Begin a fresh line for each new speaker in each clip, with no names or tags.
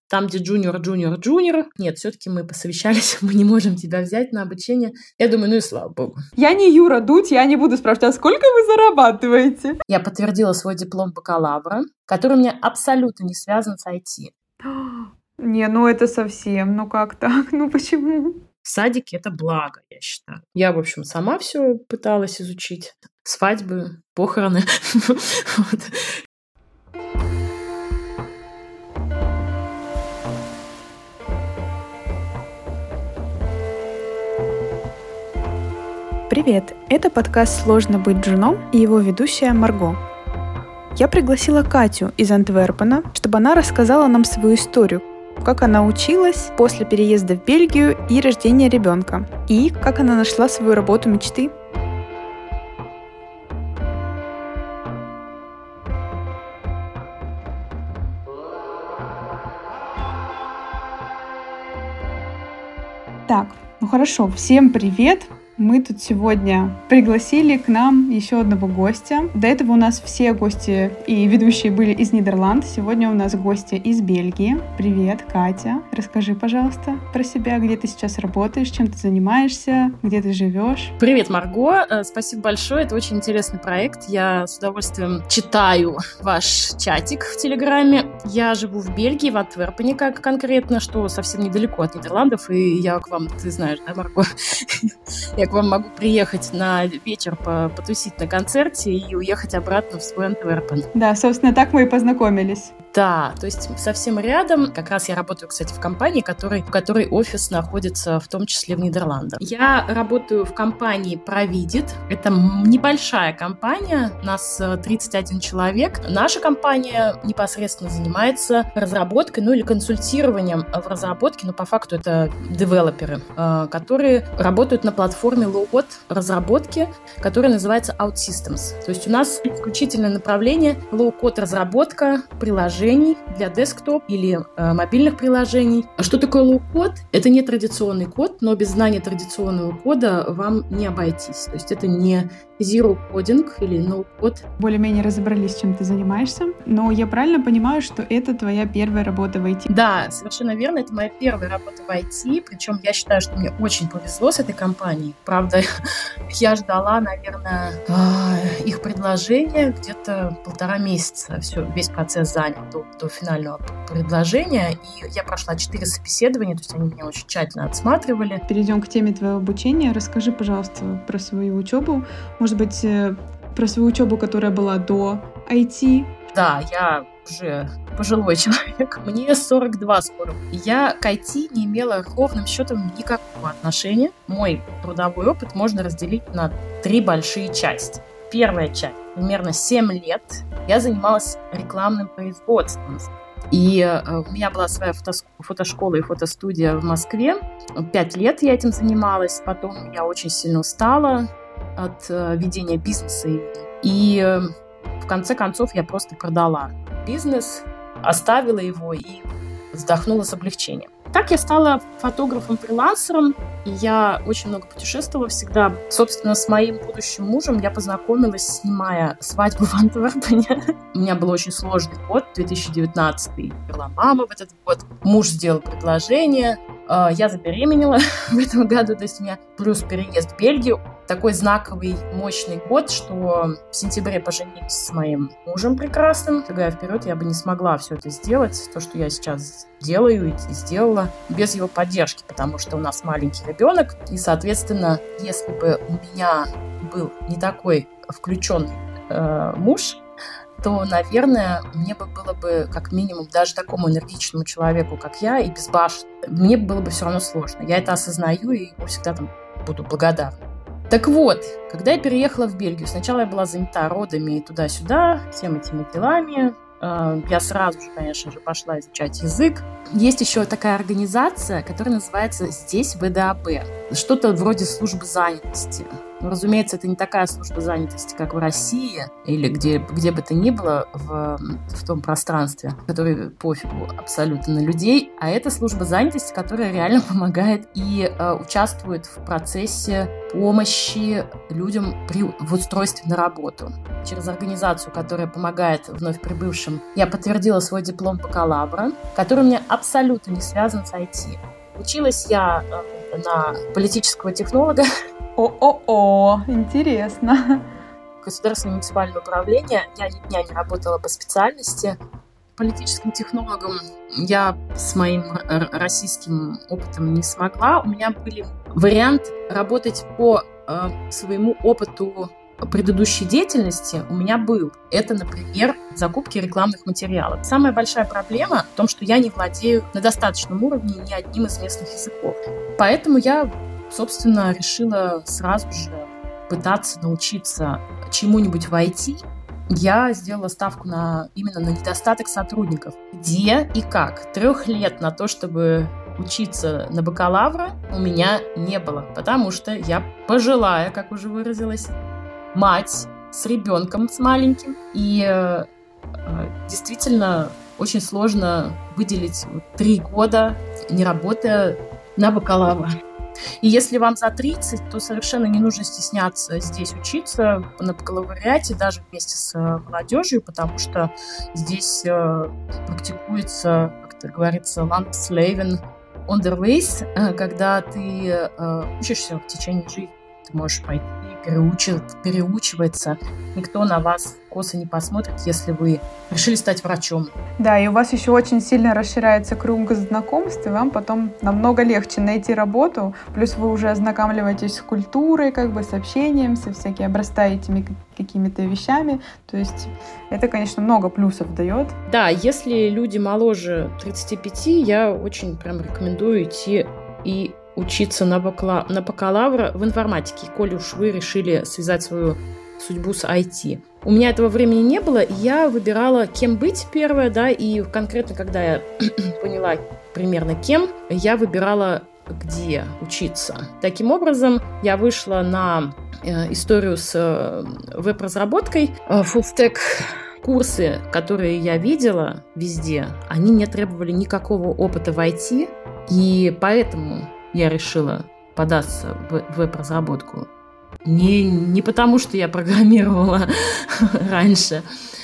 там, где джуниор. Нет, все-таки мы посовещались, мы не можем тебя взять на обучение. Я думаю, ну и слава богу.
Я не Юра Дудь, я не буду спрашивать, а сколько вы зарабатываете?
Я подтвердила свой диплом бакалавра, который у меня абсолютно не связан с IT.
Не, ну это совсем, ну как так, ну почему?
В садике это благо, я считаю. Я, в общем, сама все пыталась изучить. Свадьбы, похороны.
Привет! Это подкаст «Сложно быть джуном» и его ведущая Марго. Я пригласила Катю из Антверпена, чтобы она рассказала нам свою историю, как она училась после переезда в Бельгию и рождения ребенка, и как она нашла свою работу мечты.
Так, ну хорошо, всем привет! Мы тут сегодня пригласили к нам еще одного гостя. До этого у нас все гости и ведущие были из Нидерландов. Сегодня у нас гости из Бельгии. Привет, Катя. Расскажи, пожалуйста, про себя, где ты сейчас работаешь, чем ты занимаешься, где ты живешь.
Привет, Марго. Спасибо большое. Это очень интересный проект. Я с удовольствием читаю ваш чатик в Телеграме. Я живу в Бельгии, в Антверпене конкретно, что совсем недалеко от Нидерландов. И я к вам, ты знаешь, да, Марго? Я к вам могу приехать на вечер потусить на концерте и уехать обратно в свой Антверпен.
Да, собственно, так мы и познакомились.
Да, то есть совсем рядом. Как раз я работаю, кстати, в компании, у которой офис находится в том числе в Нидерландах. Я работаю в компании Providit. Это небольшая компания, нас 31 человек. Наша компания непосредственно занимается разработкой, ну или консультированием в разработке, но по факту это девелоперы, которые работают на платформе low-code разработки, которая называется OutSystems. То есть у нас исключительное направление low-code разработка приложений для десктоп или мобильных приложений. А что такое low-code? Это не традиционный код, но без знания традиционного кода вам не обойтись. То есть это не zero coding или no code.
Более-менее разобрались, чем ты занимаешься, но я правильно понимаю, что это твоя первая работа в IT?
Да, совершенно верно, это моя первая работа в IT, причем я считаю, что мне очень повезло с этой компанией. Правда, я ждала, наверное, их предложение где-то 1,5 месяца. Все, весь процесс занял до финального предложения, и я прошла 4 собеседования, то есть они меня очень тщательно отсматривали.
Перейдем к теме твоего обучения. Расскажи, пожалуйста, про свою учебу. Может быть, про свою учебу, которая была до IT?
Да, я уже пожилой человек. Мне 42 скоро. Я к IT не имела ровным счетом никакого отношения. Мой трудовой опыт можно разделить на 3 большие части. Первая часть. Примерно 7 лет я занималась рекламным производством. И у меня была своя фотошкола и фотостудия в Москве. 5 лет я этим занималась. Потом я очень сильно устала от ведения бизнеса. И в конце концов я просто продала бизнес, оставила его и вздохнула с облегчением. Так я стала фотографом-фрилансером, и я очень много путешествовала всегда. Собственно, с моим будущим мужем я познакомилась, снимая свадьбу в Антверпене. У меня был очень сложный год, 2019. Умерла мама в этот год. Муж сделал предложение. Я забеременела в этом году, то есть у меня плюс переезд в Бельгию. Такой знаковый, мощный год, что в сентябре поженились с моим мужем прекрасным. Шагая вперед, я бы не смогла все это сделать, то, что я сейчас делаю и сделала, без его поддержки, потому что у нас маленький ребенок, и, соответственно, если бы у меня был не такой включенный муж, то, наверное, мне бы было бы, как минимум, даже такому энергичному человеку, как я, и безбашенному, мне было бы все равно сложно. Я это осознаю, и ему всегда там буду благодарна. Так вот, когда я переехала в Бельгию, сначала я была занята родами и туда-сюда, всеми этими делами. Я сразу же, конечно же, пошла изучать язык. Есть еще такая организация, которая называется здесь ВДАБ. Что-то вроде службы занятости. Разумеется, это не такая служба занятости, как в России или где бы то ни было в том пространстве, которое пофигу абсолютно на людей, а это служба занятости, которая реально помогает и участвует в процессе помощи людям в устройстве на работу. Через организацию, которая помогает вновь прибывшим, я подтвердила свой диплом бакалавра, который у меня абсолютно не связан с IT. Училась я на политического технолога.
О-о-о, интересно.
Государственное муниципальное управление. Я ни дня не работала по специальности. Политическим технологом я с моим российским опытом не смогла. У меня были варианты работать по своему опыту предыдущей деятельности у меня был. Это, например, закупки рекламных материалов. Самая большая проблема в том, что я не владею на достаточном уровне ни одним из местных языков. Поэтому я, собственно, решила сразу же пытаться научиться чему-нибудь в IT. Я сделала ставку именно на недостаток сотрудников. Где и как? 3 лет на то, чтобы учиться на бакалавра, у меня не было, потому что я пожилая, как уже выразилась, мать с ребенком, с маленьким. И действительно очень сложно выделить 3 года, не работая на бакалавра. И если вам за 30, то совершенно не нужно стесняться здесь учиться на бакалавриате, даже вместе с молодежью, потому что здесь практикуется, как это говорится, Landsleben underways, когда ты учишься в течение жизни. Ты можешь пойти переучиваться. Никто на вас косо не посмотрит, если вы решили стать врачом.
Да, и у вас еще очень сильно расширяется круг знакомств, и вам потом намного легче найти работу. Плюс вы уже ознакомливаетесь с культурой, с общением, со всякими, обрастаете какими-то вещами. То есть это, конечно, много плюсов дает.
Да, если люди моложе 35, я очень прям рекомендую идти и учиться на бакалавра в информатике, коли уж вы решили связать свою судьбу с IT. У меня этого времени не было, и я выбирала, кем быть первое, да, и конкретно, когда я поняла примерно кем, я выбирала, где учиться. Таким образом, я вышла на историю с веб-разработкой, full-stack. Курсы, которые я видела везде, они не требовали никакого опыта в IT, и поэтому я решила податься в веб-разработку. Не потому, что я программировала раньше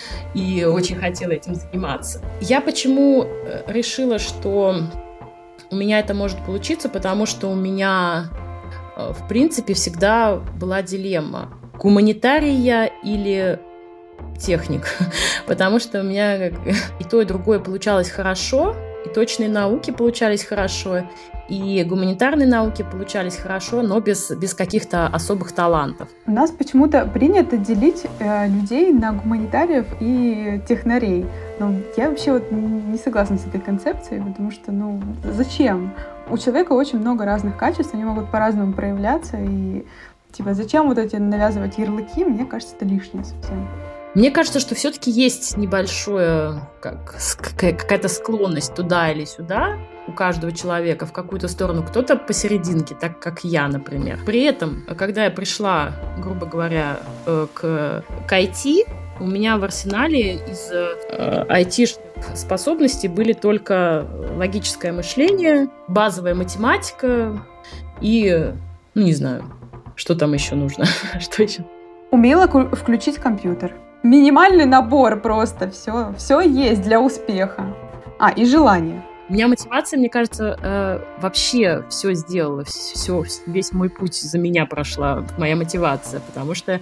и очень хотела этим заниматься. Я почему решила, что у меня это может получиться, потому что у меня, в принципе, всегда была дилемма: гуманитарий я или техник, потому что у меня и то, и другое получалось хорошо, и точные науки получались хорошо, и гуманитарные науки получались хорошо, но без каких-то особых талантов.
У нас почему-то принято делить людей на гуманитариев и технарей. Но я вообще не согласна с этой концепцией, потому что, зачем? У человека очень много разных качеств, они могут по-разному проявляться, и зачем эти навязывать ярлыки, мне кажется, это лишнее совсем.
Мне кажется, что все-таки есть небольшая какая-то склонность туда или сюда у каждого человека в какую-то сторону. Кто-то посерединке, так как я, например. При этом, когда я пришла, грубо говоря, к IT, у меня в арсенале из IT-шных способностей были только логическое мышление, базовая математика и, не знаю, что там еще нужно. Что еще?
Умела включить компьютер. Минимальный набор просто. Все есть для успеха. И желание.
У меня мотивация, мне кажется, вообще все сделала. Весь мой путь за меня прошла моя мотивация. Потому что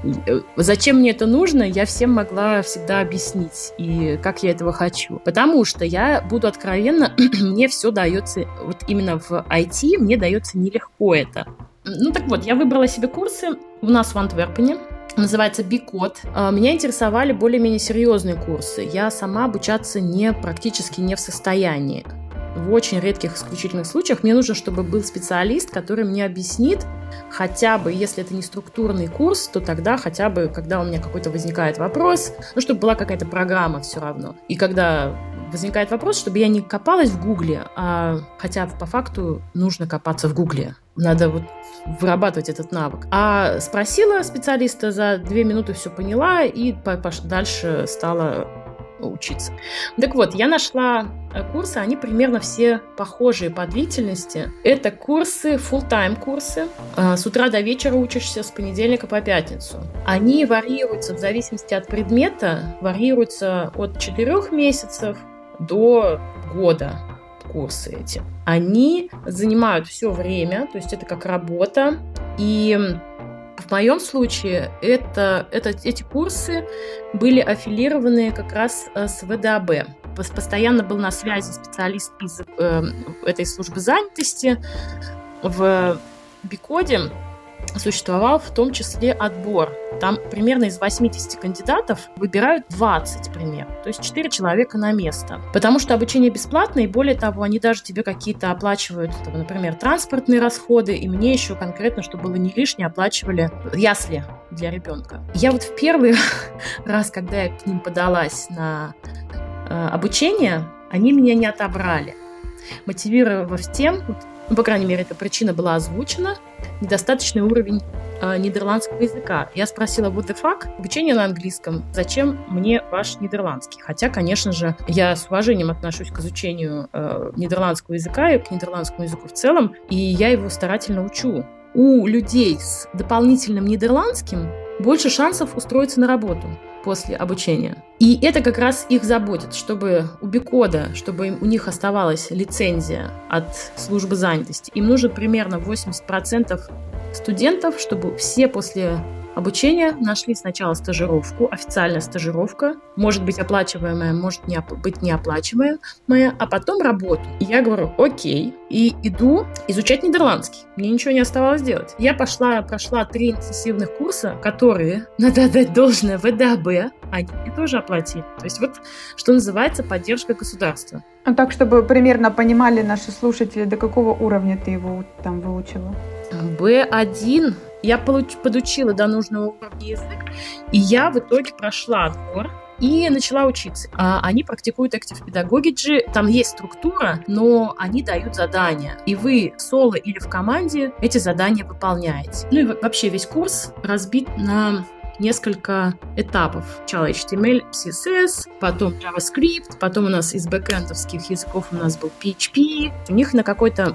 зачем мне это нужно, я всем могла всегда объяснить. И как я этого хочу. Потому что я буду откровенна, мне все дается, именно в IT мне дается нелегко это. Так вот, я выбрала себе курсы у нас в Антверпене. Называется B-Code. Меня интересовали более-менее серьезные курсы. Я сама обучаться практически не в состоянии. В очень редких исключительных случаях мне нужно, чтобы был специалист, который мне объяснит, хотя бы, если это не структурный курс, то тогда хотя бы, когда у меня какой-то возникает вопрос, чтобы была какая-то программа все равно. И когда возникает вопрос, чтобы я не копалась в Гугле, хотя по факту нужно копаться в Гугле. Надо вот вырабатывать этот навык. А спросила специалиста, за 2 минуты все поняла и дальше стала учиться. Так вот, я нашла курсы, они примерно все похожие по длительности. Это курсы, full-time курсы. С утра до вечера учишься с понедельника по пятницу. Они варьируются в зависимости от предмета, варьируются от 4 месяцев до года. Курсы эти. Они занимают все время, то есть это как работа. И в моем случае эти курсы были аффилированы как раз с ВДАБ. Постоянно был на связи специалист из этой службы занятости. В БИКОДе существовал в том числе отбор. Там примерно из 80 кандидатов выбирают 20 примерно. То есть 4 человека на место. Потому что обучение бесплатное, и более того, они даже тебе какие-то оплачивают, например, транспортные расходы, и мне еще конкретно, чтобы было не лишнее, оплачивали ясли для ребенка. Я вот в первый раз, когда я к ним подалась на обучение, они меня не отобрали. Мотивировав тем, по крайней мере, эта причина была озвучена, недостаточный уровень нидерландского языка. Я спросила, what the fuck? Обучение на английском. Зачем мне ваш нидерландский? Хотя, конечно же, я с уважением отношусь к изучению нидерландского языка и к нидерландскому языку в целом, и я его старательно учу. У людей с дополнительным нидерландским больше шансов устроиться на работу после обучения. И это как раз их заботит, чтобы у БИКОДа, чтобы у них оставалась лицензия от службы занятости. Им нужно примерно 80% студентов, чтобы все после обучения нашли сначала стажировку, официальная стажировка, может быть оплачиваемая, может быть неоплачиваемая, а потом работу. И я говорю, окей, и иду изучать нидерландский. Мне ничего не оставалось делать. Я прошла 3 интенсивных курса, которые, надо отдать должное, ВДАБ, они мне тоже оплатили. То есть вот, что называется, поддержка государства.
Ну так, чтобы примерно понимали наши слушатели, до какого уровня ты его там выучила?
B1 я подучила до нужного уровня язык, и я в итоге прошла отбор и начала учиться. Они практикуют Active Pedagogy, там есть структура, но они дают задания, и вы соло или в команде эти задания выполняете. Ну и вообще весь курс разбит на несколько этапов. Сначала HTML, CSS, потом JavaScript, потом у нас из бэкэндовских языков у нас был PHP. У них на какой-то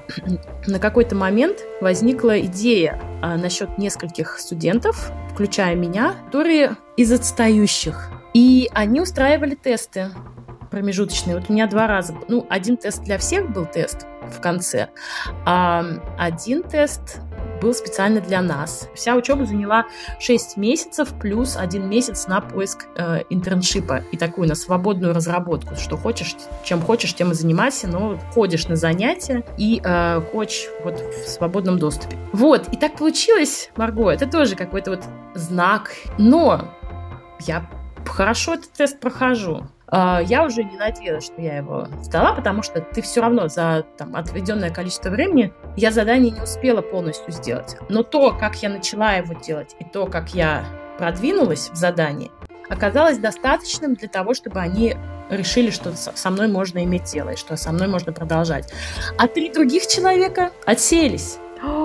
момент возникла идея насчет нескольких студентов, включая меня, которые из отстающих. И они устраивали тесты промежуточные. Вот у меня 2 раза. Один тест для всех был тест в конце, а один тест был специально для нас. Вся учеба заняла 6 месяцев плюс 1 месяц на поиск интерншипа и такую на свободную разработку. Что хочешь, чем хочешь, тем и занимайся, но ходишь на занятия и коуч вот в свободном доступе. Вот, и так получилось, Марго, это тоже какой-то вот знак. Но я хорошо этот тест прохожу. Я уже не надеялась, что я его сдала, потому что ты все равно за отведенное количество времени я задание не успела полностью сделать. Но то, как я начала его делать, и то, как я продвинулась в задании, оказалось достаточным для того, чтобы они решили, что со мной можно иметь дело, и что со мной можно продолжать. А 3 других человека отсеялись.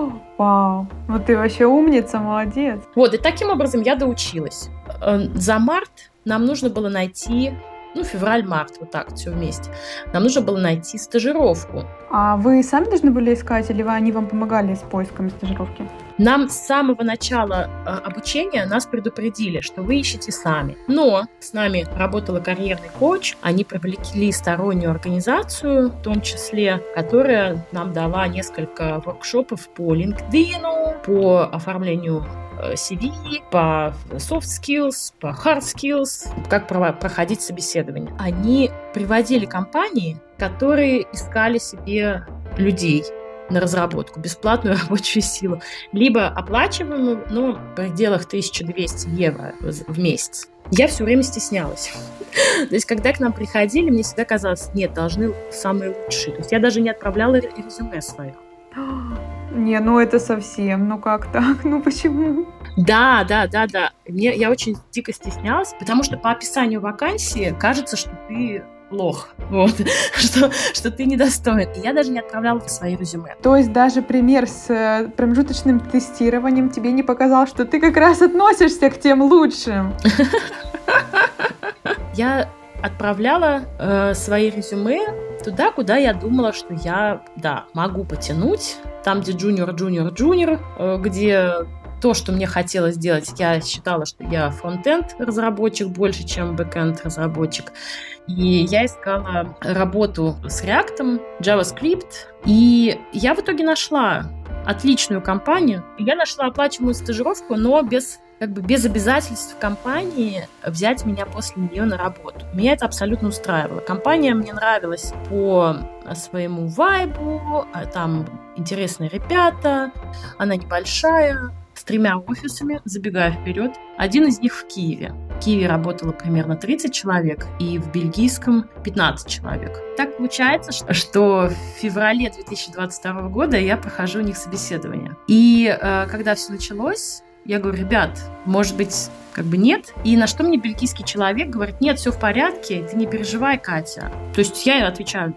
Вау, вот ты вообще умница, молодец.
Вот, и таким образом я доучилась. За март нам нужно было найти... февраль-март, вот так, все вместе. Нам нужно было найти стажировку.
А вы сами должны были искать, или они вам помогали с поиском стажировки?
Нам с самого начала обучения нас предупредили, что вы ищете сами. Но с нами работала карьерный коуч, они привлекли стороннюю организацию, в том числе, которая нам дала несколько воркшопов по LinkedIn, по оформлению CV, по soft skills, по hard skills, как проходить собеседование. Они приводили компании, которые искали себе людей на разработку, бесплатную рабочую силу, либо оплачиваемую, но в пределах 1200 евро в месяц. Я все время стеснялась. То есть, когда к нам приходили, мне всегда казалось, нет, должны самые лучшие. То есть, я даже не отправляла резюме своих.
Не, это совсем, как так? Почему?
Да. Я очень дико стеснялась, потому что по описанию вакансии кажется, что ты лох, вот, что ты недостоин. И я даже не отправляла свои резюме.
То есть даже пример с промежуточным тестированием тебе не показал, что ты как раз относишься к тем лучшим?
Я отправляла свои резюме туда, куда я думала, что я, могу потянуть. Там, где джуниор, где то, что мне хотелось сделать, я считала, что я фронт-энд разработчик больше, чем бэк-энд разработчик. И я искала работу с React, JavaScript. И я в итоге нашла отличную компанию. Я нашла оплачиваемую стажировку, но без обязательств компании взять меня после нее на работу. Меня это абсолютно устраивало. Компания мне нравилась по своему вайбу, там интересные ребята, она небольшая, с 3 офисами, забегая вперед. Один из них в Киеве. В Киеве работало примерно 30 человек, и в бельгийском 15 человек. Так получается, что в феврале 2022 года я прохожу у них собеседование. И когда все началось, я говорю: ребят, может быть, нет. И на что мне бельгийский человек говорит: нет, все в порядке, ты не переживай, Катя. То есть я отвечаю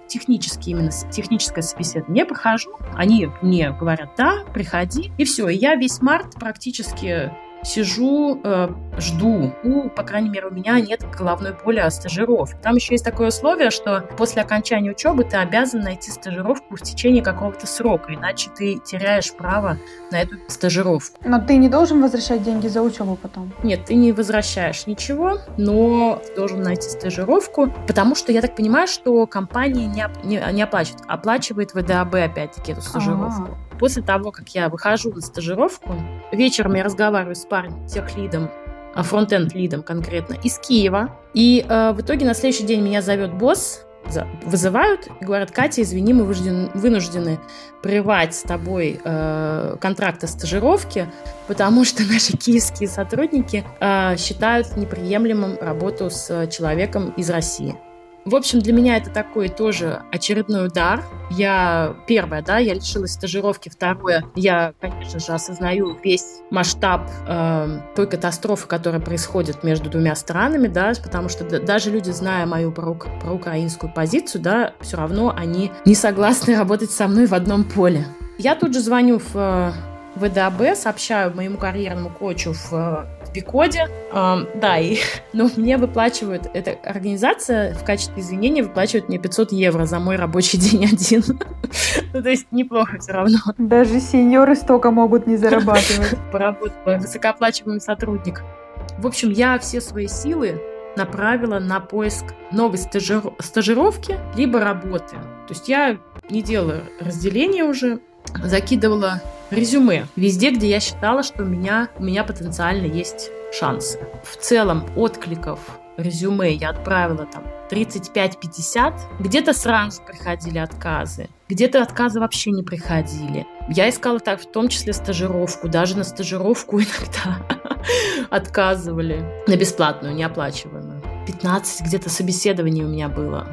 техническое собеседование. Я прохожу, они мне говорят: да, приходи. И все, и я весь март практически сижу, жду. По крайней мере, у меня нет головной боли от стажировки. Там еще есть такое условие, что после окончания учебы ты обязан найти стажировку в течение какого-то срока, иначе ты теряешь право на эту стажировку.
Но ты не должен возвращать деньги за учебу потом?
Нет, ты не возвращаешь ничего, но ты должен найти стажировку, потому что я так понимаю, что компания не оплачивает. Оплачивает ВДАБ опять-таки эту стажировку. После того, как я выхожу на стажировку, вечером я разговариваю с парнем, тех-лидом, фронт-энд-лидом конкретно, из Киева. И в итоге на следующий день меня зовет босс, вызывают и говорят: Катя, извини, мы вынуждены прервать с тобой контракт о стажировке, потому что наши киевские сотрудники считают неприемлемым работу с человеком из России. В общем, для меня это такой тоже очередной удар. Я лишилась стажировки. Второе, я, конечно же, осознаю весь масштаб той катастрофы, которая происходит между двумя странами, потому что даже люди, зная мою проукраинскую позицию, все равно они не согласны работать со мной в одном поле. Я тут же звоню в ВДАБ, сообщаю моему карьерному коучу в Бикоде, но мне выплачивают, эта организация в качестве извинения выплачивает мне 500 евро за мой рабочий день один. То есть неплохо все равно.
Даже сеньоры столько могут не зарабатывать.
Поработала высокооплачиваемый сотрудник. В общем, я все свои силы направила на поиск новой стажировки либо работы. То есть я не делала разделения уже, закидывала резюме везде, где я считала, что у меня потенциально есть шансы. В целом откликов резюме я отправила 35-50. Где-то сразу приходили отказы, где-то отказы вообще не приходили. Я искала в том числе стажировку. Даже на стажировку иногда отказывали. На бесплатную, неоплачиваемую. 15 где-то собеседований у меня было.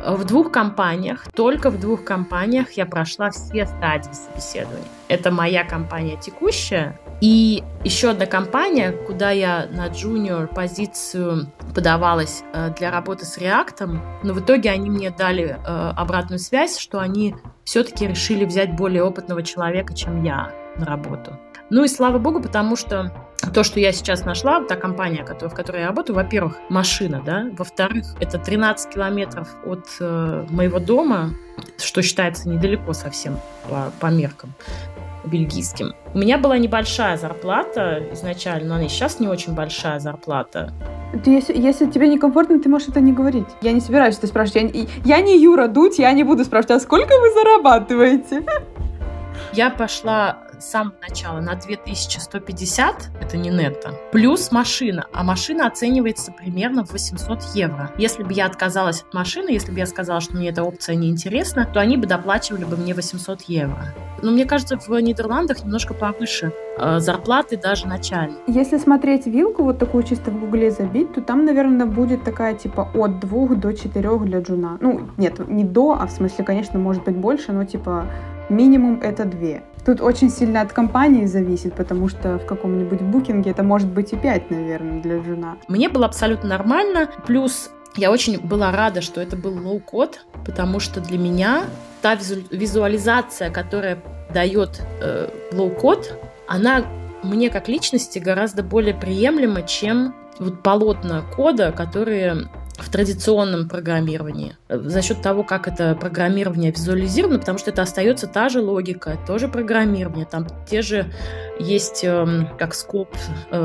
Только в 2 компаниях я прошла все стадии собеседования. Это моя компания текущая. И еще одна компания, куда я на джуниор позицию подавалась для работы с React, но в итоге они мне дали обратную связь, что они все-таки решили взять более опытного человека, чем я, на работу. Ну и слава богу, потому что то, что я сейчас нашла, та компания, в которой я работаю, во-первых, машина, во-вторых, это 13 километров от моего дома, что считается недалеко совсем по меркам бельгийским. У меня была небольшая зарплата изначально, но она и сейчас не очень большая зарплата.
Если тебе некомфортно, ты можешь это не говорить. Я не собираюсь это спрашивать. Я не Юра Дудь, я не буду спрашивать: а сколько вы зарабатываете?
Я пошла с самого начала на 2150, это не нетто, плюс машина. А машина оценивается примерно в 800 евро. Если бы я отказалась от машины, если бы я сказала, что мне эта опция не интересна, то они бы доплачивали бы мне 800 евро. Но мне кажется, в Нидерландах немножко повыше зарплаты даже начальные.
Если смотреть вилку, вот такую чисто в гугле забить, то там, наверное, будет такая от 2 до 4 для джуна. Нет, не до, а в смысле, конечно, может быть больше, но минимум это 2. Тут очень сильно от компании зависит, потому что в каком-нибудь букинге это может быть и 5, наверное, для джуна.
Мне было абсолютно нормально. Плюс я очень была рада, что это был лоу-код, потому что для меня та визуализация, которая дает лоу-код, она мне как личности гораздо более приемлема, чем вот полотна кода, которые в традиционном программировании. За счет того, как это программирование визуализировано, потому что это остается та же логика, тоже программирование, там те же есть как scope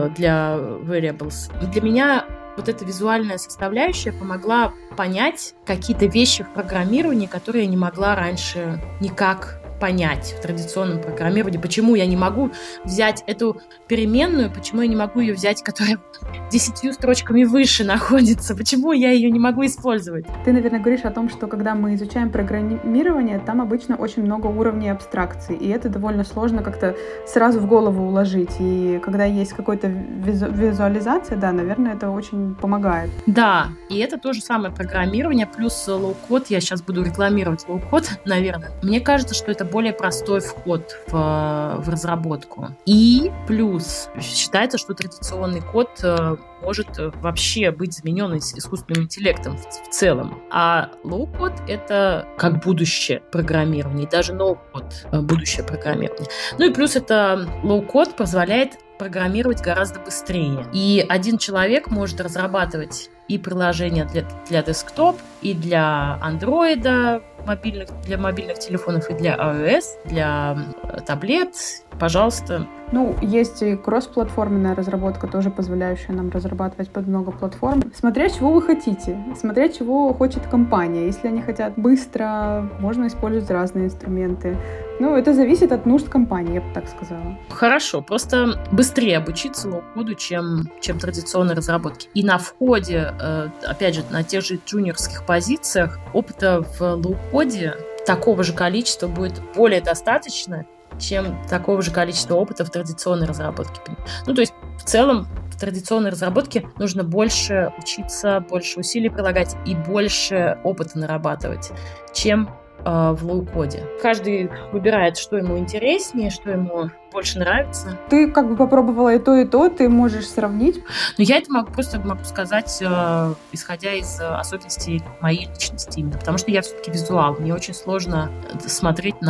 для variables. И для меня вот эта визуальная составляющая помогла понять какие-то вещи в программировании, которые я не могла раньше никак понять в традиционном программировании. Почему я не могу взять эту переменную, почему я не могу ее взять, которая 10 строчками выше находится, почему я ее не могу использовать?
Ты, наверное, говоришь о том, что когда мы изучаем программирование, там обычно очень много уровней абстракции, и это довольно сложно как-то сразу в голову уложить. И когда есть какая-то визуализация, да, наверное, это очень помогает.
Да, и это то же самое программирование, плюс лоу-код. Я сейчас буду рекламировать лоу-код, наверное. Мне кажется, что это более простой вход в разработку. И плюс считается, что традиционный код может вообще быть заменен искусственным интеллектом в целом. А лоу-код — это как будущее программирование, даже ноу-код — будущее программирование. Ну и плюс это лоу-код позволяет программировать гораздо быстрее. И один человек может разрабатывать и приложения для десктоп, и для андроида, для мобильных телефонов, и для iOS, для таблет. Пожалуйста.
Ну, есть и кроссплатформенная разработка, тоже позволяющая нам разрабатывать под много платформ. Смотря чего вы хотите, смотря чего хочет компания. Если они хотят быстро, можно использовать разные инструменты. Ну, это зависит от нужд компании, я бы так сказала.
Хорошо, просто быстрее обучиться лоу-коду, чем традиционной разработке. И на входе, опять же, на тех же джуниорских позициях опыта в лоу-коде такого же количества будет более достаточно, чем такого же количества опыта в традиционной разработке. Ну, то есть, в целом, в традиционной разработке нужно больше учиться, больше усилий прилагать и больше опыта нарабатывать, чем в лоу-коде. Каждый выбирает, что ему интереснее, что ему больше нравится.
Ты как бы попробовала и то, ты можешь сравнить?
Но я это могу сказать, исходя из особенностей моей личности именно, потому что я все-таки визуал. Мне очень сложно смотреть на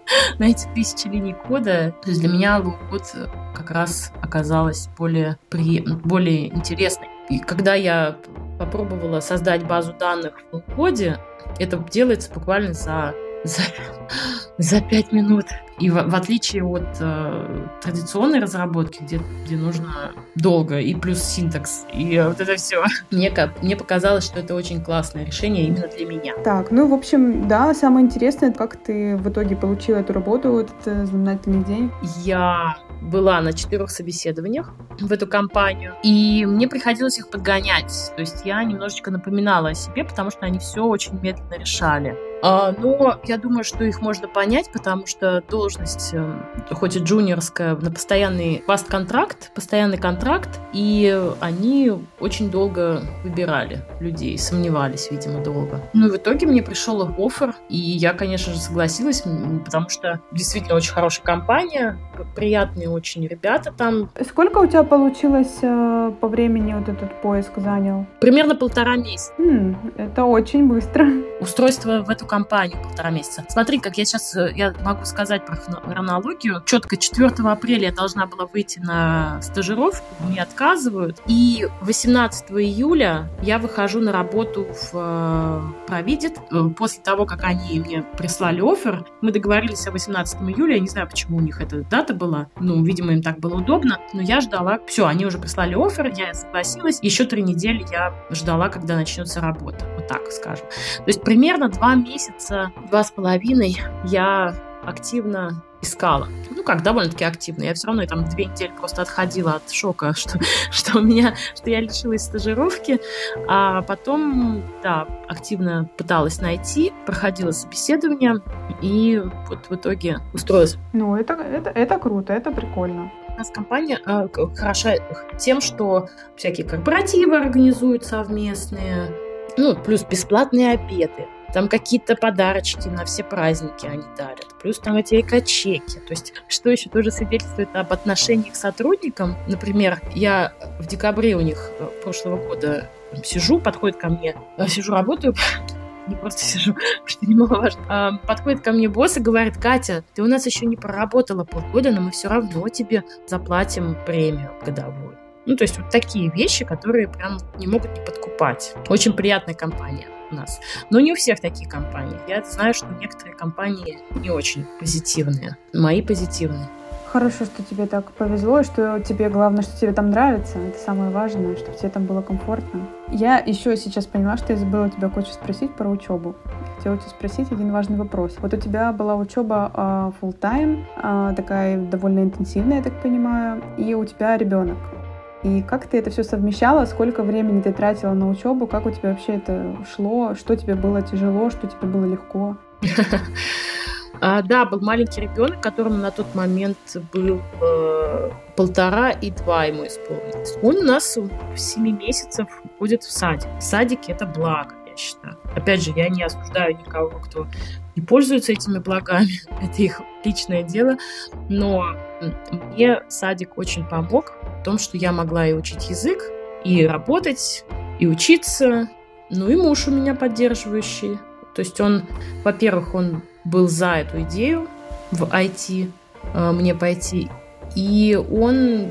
эти тысячи линий кода. То есть для меня лоу-код как раз оказалась более интересной. И когда я попробовала создать базу данных в лоу-коде, это делается буквально за 5 минут. И в отличие от традиционной разработки, где нужно долго, и плюс синтакс, и вот это все, мне показалось, что это очень классное решение именно для меня.
Так, ну, в общем, да, самое интересное, как ты в итоге получила эту работу, этот знаменательный день.
Я была на 4 собеседованиях в эту компанию, и мне приходилось их подгонять. То есть я немножечко напоминала о себе, потому что они все очень медленно решали. Но я думаю, что их можно понять, потому что должность, хоть и джуниорская, на постоянный постоянный контракт, и они очень долго выбирали людей, сомневались, видимо, долго. Ну и в итоге мне пришел оффер, и я, конечно же, согласилась, потому что действительно очень хорошая компания, приятные очень ребята там.
Сколько у тебя получилось по времени вот этот поиск занял?
Примерно 1,5 месяца.
Это очень быстро.
Устройство в эту компанию 1,5 месяца. Смотри, как я могу сказать про хронологию. Четко 4 апреля я должна была выйти на стажировку, мне отказывают. И 18 июля я выхожу на работу в Провидит. После того, как они мне прислали оффер, мы договорились о 18 июля. Я не знаю, почему у них эта дата была. Ну, видимо, им так было удобно. Но я ждала. Все, они уже прислали оффер, я согласилась. Еще 3 недели я ждала, когда начнется работа. Вот так скажем. То есть примерно 2 месяца, 2,5 я активно искала. Ну как, довольно-таки активно. Я все равно там 2 недели просто отходила от шока, что я лишилась стажировки. А потом, да, активно пыталась найти, проходила собеседование и вот в итоге устроилась.
Ну, это круто, это прикольно.
У нас компания хороша тем, что всякие корпоративы организуют совместные, ну, плюс бесплатные обеды. Там какие-то подарочки на все праздники они дарят. Плюс там эти эко-чеки. То есть, что еще тоже свидетельствует об отношении к сотрудникам. Например, я в декабре у них прошлого года там сижу, подходит ко мне, сижу, работаю, не просто сижу, что немаловажно. Подходит ко мне босс и говорит: Катя, ты у нас еще не проработала полгода, но мы все равно тебе заплатим премию годовую. Ну, то есть вот такие вещи, которые прям не могут не подкупать. Очень приятная компания у нас. Но не у всех такие компании. Я знаю, что некоторые компании не очень позитивные. Мои позитивные.
Хорошо, что тебе так повезло, и что тебе главное, что тебе там нравится. Это самое важное, чтобы тебе там было комфортно. Я еще сейчас поняла, что я забыла тебя кое-что спросить про учебу. Хотела тебя спросить один важный вопрос. Вот у тебя была учеба full-time, такая довольно интенсивная, я так понимаю, и у тебя ребенок. И как ты это все совмещала? Сколько времени ты тратила на учебу? Как у тебя вообще это шло? Что тебе было тяжело? Что тебе было легко?
Да, был маленький ребенок, которому на тот момент был 1,5 и 2 ему исполнилось. Он у нас в 7 месяцев ходит в садик. Садики — это благо, я считаю. Опять же, я не осуждаю никого, кто не пользуется этими благами. Это их личное дело. Но мне садик очень помог в том, что я могла и учить язык, и работать, и учиться. Ну и муж у меня поддерживающий. То есть он, во-первых, он был за эту идею в IT мне пойти. И он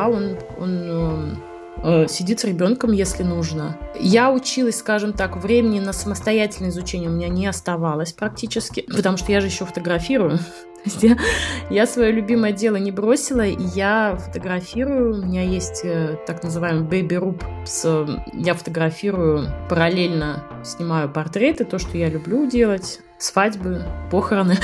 сидит с ребенком, если нужно. Я училась, скажем так, времени на самостоятельное изучение у меня не оставалось практически, потому что я же еще фотографирую. Я свое любимое дело не бросила, и я фотографирую. У меня есть так называемый baby room. Я фотографирую, параллельно снимаю портреты, то, что я люблю делать. Свадьбы, похороны.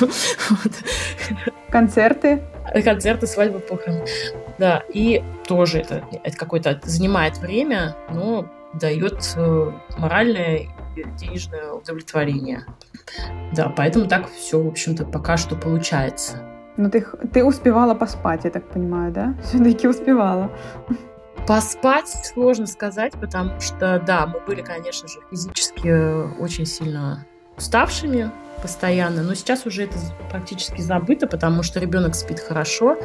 Концерты,
свадьбы, похороны. Да, и тоже это какое-то занимает время, но дает моральное и денежное удовлетворение. Да, поэтому так все, в общем-то, пока что получается.
Но ты успевала поспать, я так понимаю, да? Все-таки успевала.
Поспать сложно сказать, потому что, да, мы были, конечно же, физически очень сильно уставшими постоянно, но сейчас уже это практически забыто, потому что ребенок спит хорошо,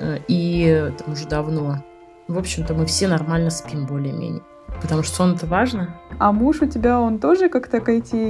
и там уже давно. В общем-то, мы все нормально спим более-менее, потому что сон — это важно.
А муж у тебя, он тоже как-то с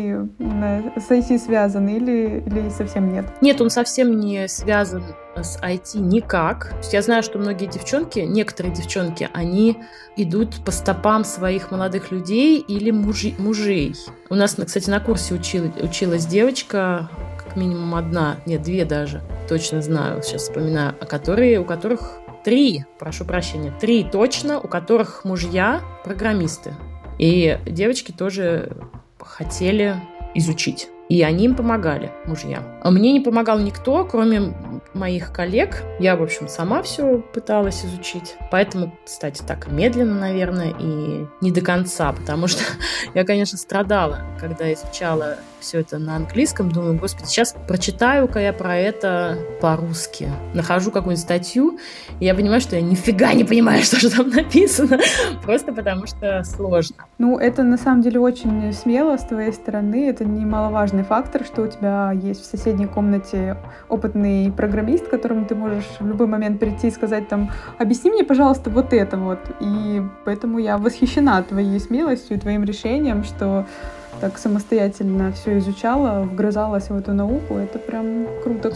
IT связан или совсем нет?
Нет, он совсем не связан с IT никак. То есть я знаю, что многие девчонки, некоторые девчонки, они идут по стопам своих молодых людей или мужей. У нас, кстати, на курсе училась девочка, как минимум одна, нет, 2 даже, точно знаю, сейчас вспоминаю, у которых 3 точно, у которых мужья программисты. И девочки тоже хотели изучить. И они им помогали, мужья. А мне не помогал никто, кроме моих коллег. Я, в общем, сама все пыталась изучить. Поэтому, кстати, так медленно, наверное, и не до конца. Потому что я, конечно, страдала, когда изучала все это на английском. Думаю, господи, сейчас прочитаю-ка я про это по-русски. Нахожу какую-нибудь статью, и я понимаю, что я нифига не понимаю, что же там написано. Просто потому что сложно.
Ну, это на самом деле очень смело с твоей стороны. Это немаловажный фактор, что у тебя есть в соседней комнате опытный программист, к которому ты можешь в любой момент прийти и сказать там: объясни мне, пожалуйста, вот это вот. И поэтому я восхищена твоей смелостью и твоим решением, что так самостоятельно все изучала, вгрызалась в эту науку. Это прям круто.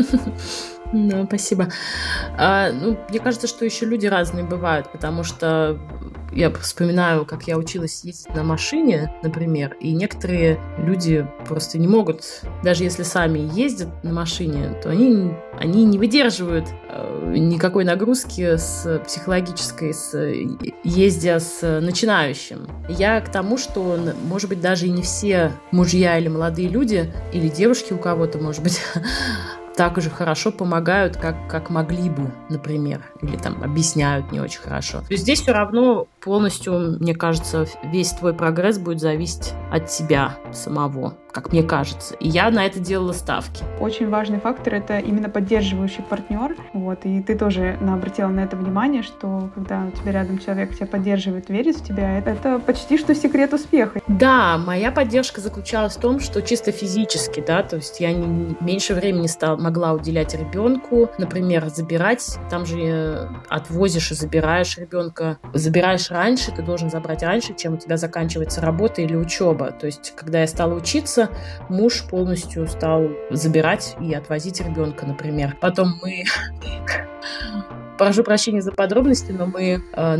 Ну, спасибо. Мне кажется, что еще люди разные бывают, потому что я вспоминаю, как я училась ездить на машине, например, и некоторые люди просто не могут, даже если сами ездят на машине, то они не выдерживают никакой нагрузки психологической, ездя с начинающим. Я к тому, что, может быть, даже и не все мужья или молодые люди, или девушки у кого-то, может быть, так же хорошо помогают, как могли бы, например, или там объясняют не очень хорошо. То есть здесь все равно полностью, мне кажется, весь твой прогресс будет зависеть от тебя самого. как мне кажется. И я на это делала ставки.
Очень важный фактор — это именно поддерживающий партнер. Вот, и ты тоже обратила на это внимание, что когда у тебя рядом человек тебя поддерживает, верит в тебя, это почти что секрет успеха.
Да, моя поддержка заключалась в том, что чисто физически, да, то есть я меньше времени могла уделять ребенку, например, забирать, там же отвозишь и забираешь ребенка. Забираешь раньше, ты должен забрать раньше, чем у тебя заканчивается работа или учеба. То есть, когда я стала учиться, муж полностью стал забирать и отвозить ребенка, например. Потом мы... Прошу прощения за подробности, но мы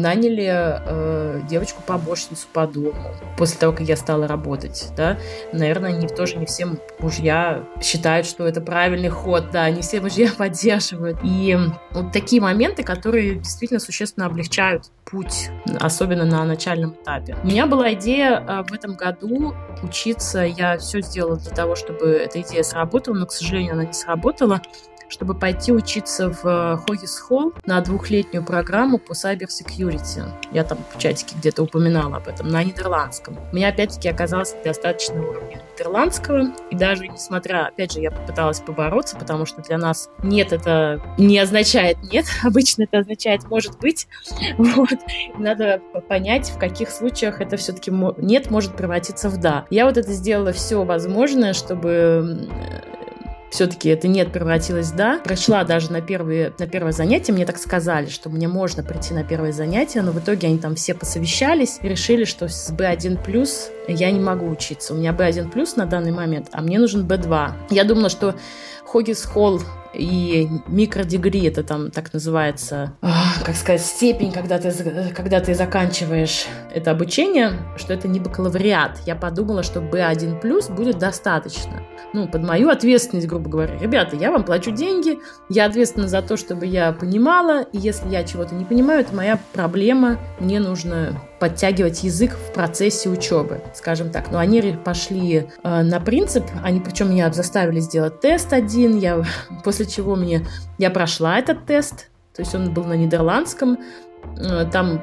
наняли девочку-помощницу по дому после того, как я стала работать. Да? Наверное, тоже не все мужья считают, что это правильный ход. Да, не все мужья поддерживают. И вот такие моменты, которые действительно существенно облегчают путь, особенно на начальном этапе. У меня была идея в этом году учиться. Я все сделала для того, чтобы эта идея сработала, но, к сожалению, она не сработала, чтобы пойти учиться в Hogis Hall на 2-летнюю программу по Cyber Security. Я там в чатике где-то упоминала об этом, на нидерландском. У меня, опять-таки, оказалось достаточно уровня нидерландского, и даже несмотря, опять же, я попыталась побороться, потому что для нас «нет» это не означает «нет», обычно это означает «может быть». Вот. Надо понять, в каких случаях это все-таки «нет» может превратиться в «да». Я вот это сделала все возможное, чтобы... все-таки это «нет» превратилось в «да». Пришла даже на первое занятие, мне так сказали, что мне можно прийти на первое занятие, но в итоге они там все посовещались и решили, что с B1+, я не могу учиться. У меня B1+ на данный момент, а мне нужен B2. Я думала, что Hogis Hall и микродегри, это там так называется, как сказать, степень, когда ты заканчиваешь это обучение, что это не бакалавриат. Я подумала, что B1+ будет достаточно. Под мою ответственность, грубо говоря. Ребята, я вам плачу деньги, я ответственна за то, чтобы я понимала, и если я чего-то не понимаю, это моя проблема, мне нужно подтягивать язык в процессе учебы, скажем так. Но они пошли на принцип, причем меня заставили сделать тест один, после чего я прошла этот тест, то есть он был на нидерландском, там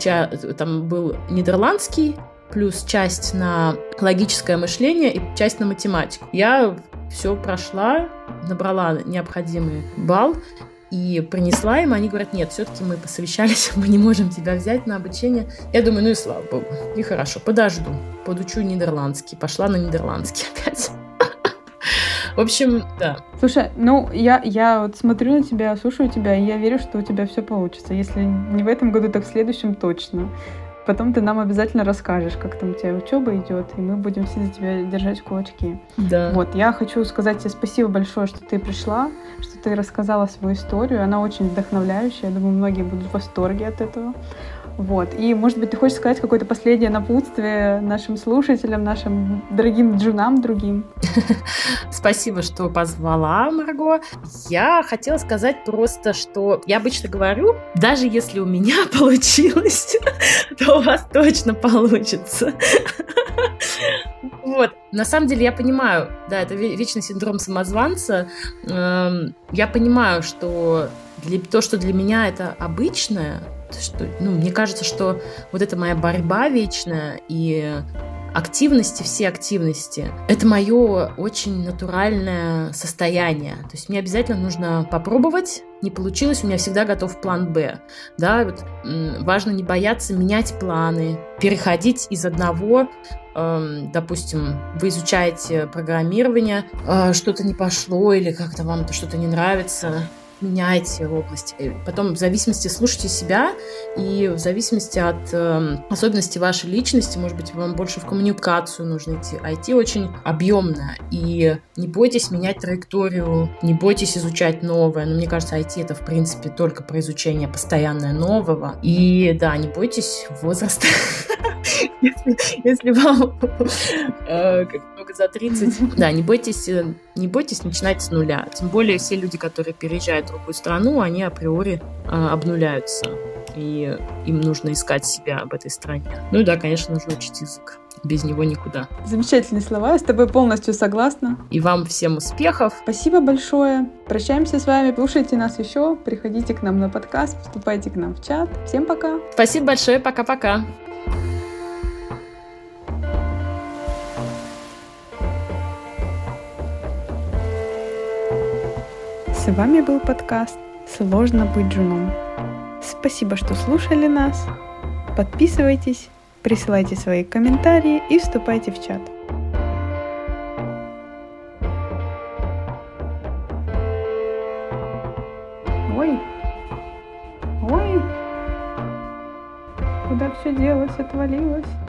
был нидерландский, плюс часть на логическое мышление и часть на математику. Я все прошла, набрала необходимый балл и принесла им. Они говорят: нет, все-таки мы посовещались, мы не можем тебя взять на обучение. Я думаю, и слава богу, и хорошо, подожду, подучу нидерландский. Пошла на нидерландский опять. В общем, да.
Слушай, я вот смотрю на тебя, слушаю тебя, и я верю, что у тебя все получится. Если не в этом году, так в следующем точно. Потом ты нам обязательно расскажешь, как там у тебя учеба идет, и мы будем все за тебя держать кулачки.
Да.
Вот, я хочу сказать тебе спасибо большое, что ты пришла, что ты рассказала свою историю. Она очень вдохновляющая. Я думаю, многие будут в восторге от этого. Вот. И, может быть, ты хочешь сказать какое-то последнее напутствие нашим слушателям, нашим дорогим джунам другим?
Спасибо, что позвала, Марго. Я хотела сказать просто, что я обычно говорю, даже если у меня получилось, то у вас точно получится. Вот. На самом деле я понимаю, да, это вечный синдром самозванца. Я понимаю, что то, что для меня это обычное, что, мне кажется, что вот эта моя борьба вечная и все активности, это мое очень натуральное состояние. То есть мне обязательно нужно попробовать. Не получилось, у меня всегда готов план «Б». Да, вот, важно не бояться менять планы, переходить из одного, допустим, вы изучаете программирование, что-то не пошло или как-то вам что-то не нравится, меняйте область. Потом в зависимости слушайте себя, и в зависимости от особенностей вашей личности, может быть, вам больше в коммуникацию нужно идти. IT очень объемное, и не бойтесь менять траекторию, не бойтесь изучать новое. Но мне кажется, IT это, в принципе, только про изучение постоянное нового. И да, не бойтесь возраста. Если вам много за 30, да, не бойтесь начинать с нуля. Тем более все люди, которые переезжают в другую страну, они априори обнуляются. И им нужно искать себя в этой стране. Ну и да, конечно, нужно учить язык. Без него никуда.
Замечательные слова, я с тобой полностью согласна.
И вам всем успехов.
Спасибо большое. Прощаемся с вами. Слушайте нас еще. Приходите к нам на подкаст, вступайте к нам в чат. Всем пока.
Спасибо большое. Пока-пока.
С вами был подкаст «Сложно быть женом». Спасибо, что слушали нас. Подписывайтесь, присылайте свои комментарии и вступайте в чат. Ой, куда все делось, отвалилось?